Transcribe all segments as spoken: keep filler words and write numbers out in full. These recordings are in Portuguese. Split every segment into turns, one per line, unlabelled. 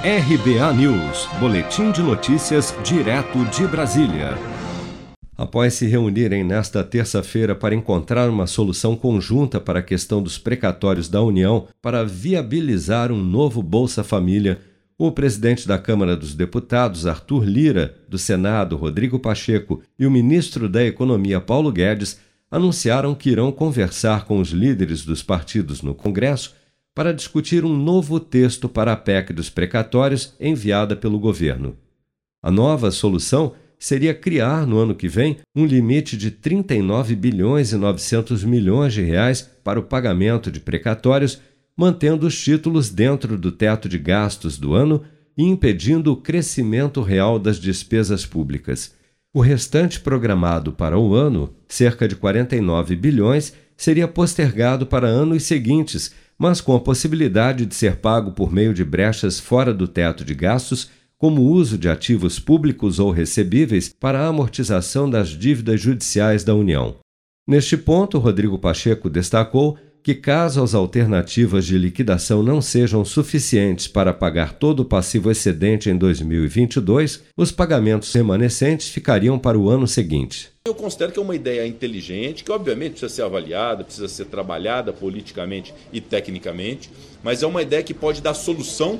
R B A News, boletim de notícias direto de Brasília. Após se reunirem nesta terça-feira para encontrar uma solução conjunta para a questão dos precatórios da União para viabilizar um novo Bolsa Família, o presidente da Câmara dos Deputados, Arthur Lira, do Senado, Rodrigo Pacheco, e o ministro da Economia, Paulo Guedes, anunciaram que irão conversar com os líderes dos partidos no Congresso para discutir um novo texto para a P E C dos precatórios enviada pelo governo. A nova solução seria criar, no ano que vem, um limite de trinta e nove bilhões e novecentos milhões de reais para o pagamento de precatórios, mantendo os títulos dentro do teto de gastos do ano e impedindo o crescimento real das despesas públicas. O restante programado para o ano, cerca de quarenta e nove bilhões, seria postergado para anos seguintes, mas com a possibilidade de ser pago por meio de brechas fora do teto de gastos, como o uso de ativos públicos ou recebíveis para a amortização das dívidas judiciais da União. Neste ponto, Rodrigo Pacheco destacou que, caso as alternativas de liquidação não sejam suficientes para pagar todo o passivo excedente em dois mil e vinte e dois, os pagamentos remanescentes ficariam para o ano seguinte.
Eu considero que é uma ideia inteligente, que obviamente precisa ser avaliada, precisa ser trabalhada politicamente e tecnicamente, mas é uma ideia que pode dar solução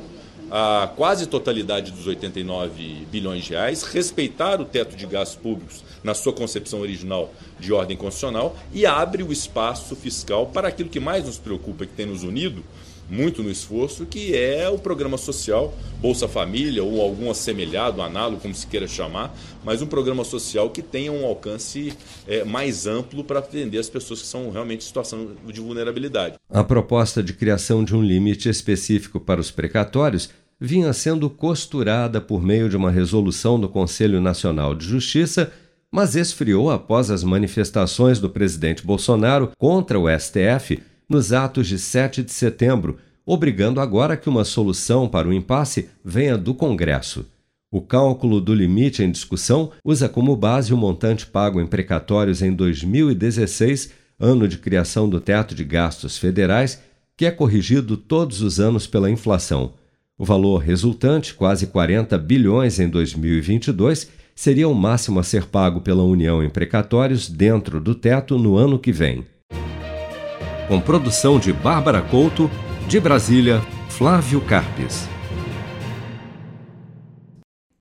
a quase totalidade dos oitenta e nove bilhões de reais, respeitar o teto de gastos públicos na sua concepção original de ordem constitucional e abre o espaço fiscal para aquilo que mais nos preocupa, que tem nos unido muito no esforço, que é o programa social, Bolsa Família ou algum assemelhado, análogo, como se queira chamar, mas um programa social que tenha um alcance é, mais amplo para atender as pessoas que são realmente em situação de vulnerabilidade.
A proposta de criação de um limite específico para os precatórios vinha sendo costurada por meio de uma resolução do Conselho Nacional de Justiça, mas esfriou após as manifestações do presidente Bolsonaro contra o S T F nos atos de sete de setembro, obrigando agora que uma solução para o impasse venha do Congresso. O cálculo do limite em discussão usa como base o montante pago em precatórios em dois mil e dezesseis, ano de criação do teto de gastos federais, que é corrigido todos os anos pela inflação. O valor resultante, quase quarenta bilhões em dois mil e vinte e dois, seria o máximo a ser pago pela União em precatórios dentro do teto no ano que vem. Com produção de Bárbara Couto, de Brasília, Flávio Carpes.